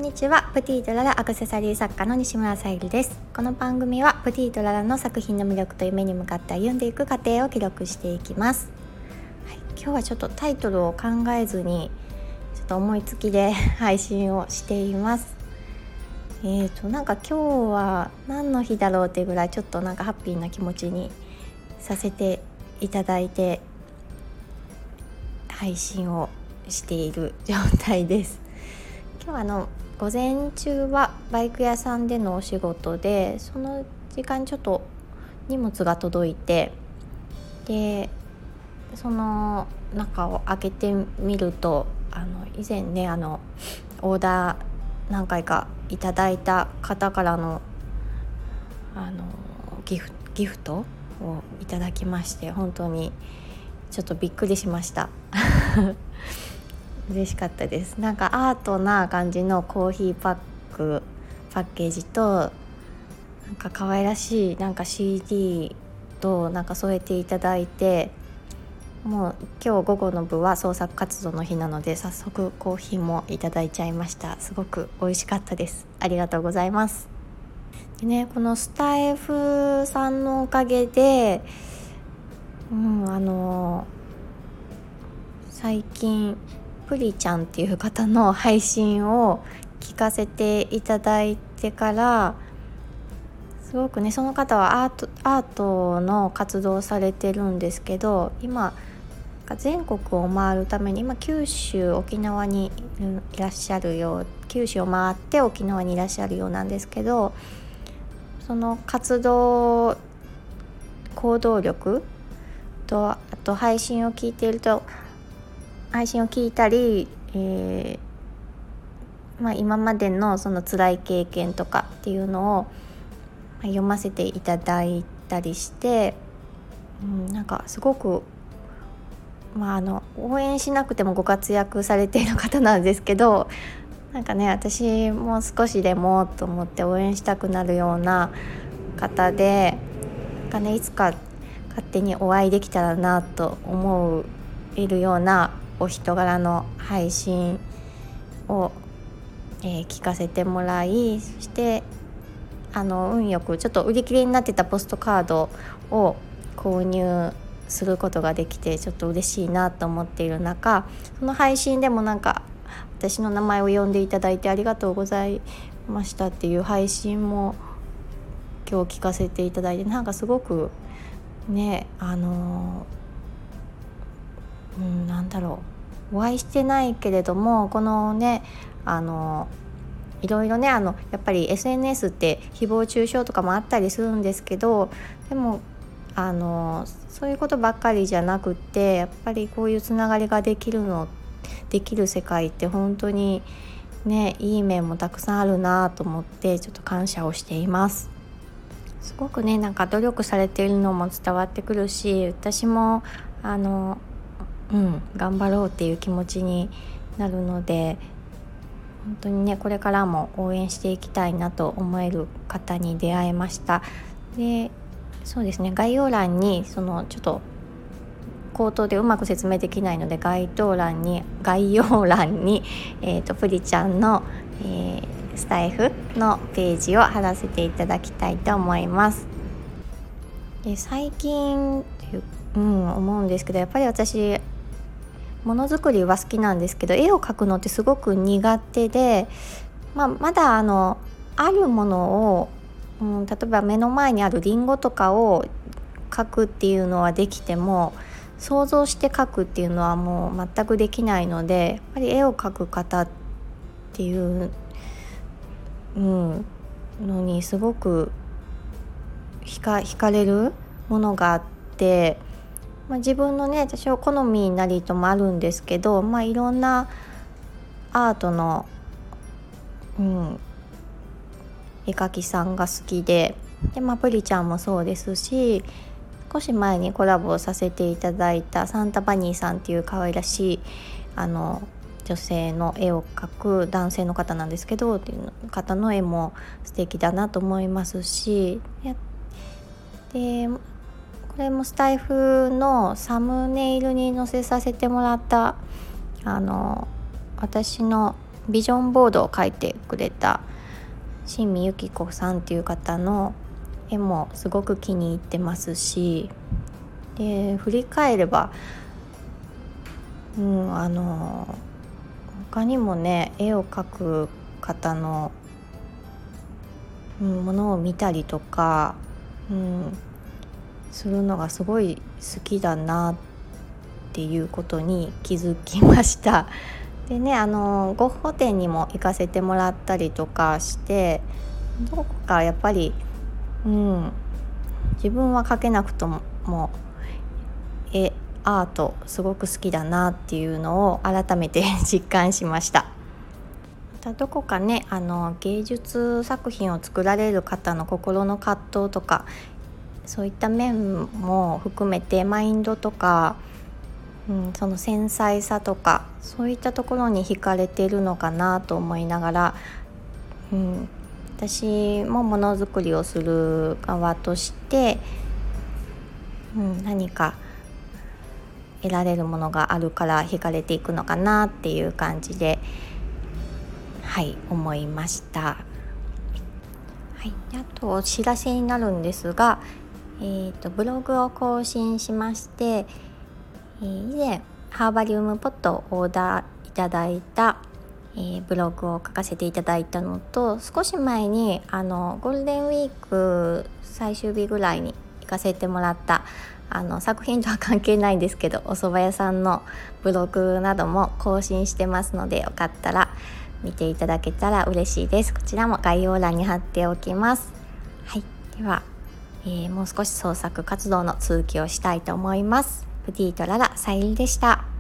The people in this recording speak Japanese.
んにちは。プティとララアクセサリー作家の西村さゆりです。この番組はプティとララの作品の魅力と夢に向かって歩んでいく過程を記録していきます。今日はちょっとタイトルを考えずにちょっと思いつきで配信をしています。なんか今日は何の日だろうっていうぐらいちょっとなんかハッピーな気持ちにさせていただいて配信をしている状態です。今日は午前中はバイク屋さんでのお仕事で、その時間にちょっと荷物が届いて、でその中を開けてみると以前ねオーダー何回かいただいた方からのギフトをいただきまして、本当にちょっとびっくりしました嬉しかったです。なんかアートな感じのコーヒーパッケージと、なんか可愛らしいなんか CD となんか添えていただいて、もう今日午後の部は創作活動の日なので早速コーヒーもいただいちゃいました。すごく美味しかったです。ありがとうございます。でね、このスタイフさんのおかげで、最近プリちゃんっていう方の配信を聞かせていただいてから、すごくね、その方はアートの活動をされてるんですけど、今全国を回るために今九州沖縄にいらっしゃるよう、九州を回って沖縄にいらっしゃるようなんですけど、その活動行動力と、あと配信を聞いたり、今までのその辛い経験とかっていうのを読ませていただいたりして、なんかすごく、応援しなくてもご活躍されている方なんですけど、なんかね、私も少しでもと思って応援したくなるような方で、なんかね、いつか勝手にお会いできたらなと思えるようなお人柄の配信を、聞かせてもらい、そして運よくちょっと売り切れになってたポストカードを購入することができて、ちょっと嬉しいなと思っている中、その配信でもなんか私の名前を呼んでいただいてありがとうございましたっていう配信も今日聞かせていただいて、なんかすごくね、なんだろう、お会いしてないけれども、このねいろいろねやっぱり SNS って誹謗中傷とかもあったりするんですけど、でもそういうことばっかりじゃなくって、やっぱりこういうつながりができる世界って本当にね、いい面もたくさんあるなと思って、ちょっと感謝をしています。すごくね、なんか努力されているのも伝わってくるし、私も頑張ろうっていう気持ちになるので、本当にね、これからも応援していきたいなと思える方に出会えました。で、そうですね、概要欄にちょっと口頭でうまく説明できないので、概要欄にプリちゃんの、スタイフのページを貼らせていただきたいと思います。で、最近思うんですけど、やっぱり私ものづくりは好きなんですけど、絵を描くのってすごく苦手で、まだあるものを、例えば目の前にあるリンゴとかを描くっていうのはできても、想像して描くっていうのはもう全くできないので、やっぱり絵を描く方っていう、のにすごく惹かれるものがあって、自分のね、多少好みなりともあるんですけど、いろんなアートの、絵描きさんが好きで、プリちゃんもそうですし、少し前にコラボさせていただいたサンタバニーさんっていう可愛らしい女性の絵を描く男性の方なんですけど、っていう方の絵も素敵だなと思いますし、でこれもスタイフのサムネイルに載せさせてもらった私のビジョンボードを描いてくれた新見由紀子さんっていう方の絵もすごく気に入ってますし、で振り返れば、他にもね絵を描く方の、ものを見たりとか、するのがすごい好きだなっていうことに気づきました。でね、ゴッホ展にも行かせてもらったりとかして、どこかやっぱり、自分は描けなくともアートすごく好きだなっていうのを改めて実感しました。またどこかね芸術作品を作られる方の心の葛藤とか、そういった面も含めてマインドとか、その繊細さとかそういったところに惹かれているのかなと思いながら、私もものづくりをする側として、何か得られるものがあるから惹かれていくのかなっていう感じで、思いました。あとお知らせになるんですが、ブログを更新しまして、以前ハーバリウムポットをオーダーいただいた、ブログを書かせていただいたのと、少し前にゴールデンウィーク最終日ぐらいに行かせてもらった作品とは関係ないんですけどお蕎麦屋さんのブログなども更新してますので、よかったら見ていただけたら嬉しいです。こちらも概要欄に貼っておきます。では、もう少し創作活動の続きをしたいと思います。プティとララさゆりでした。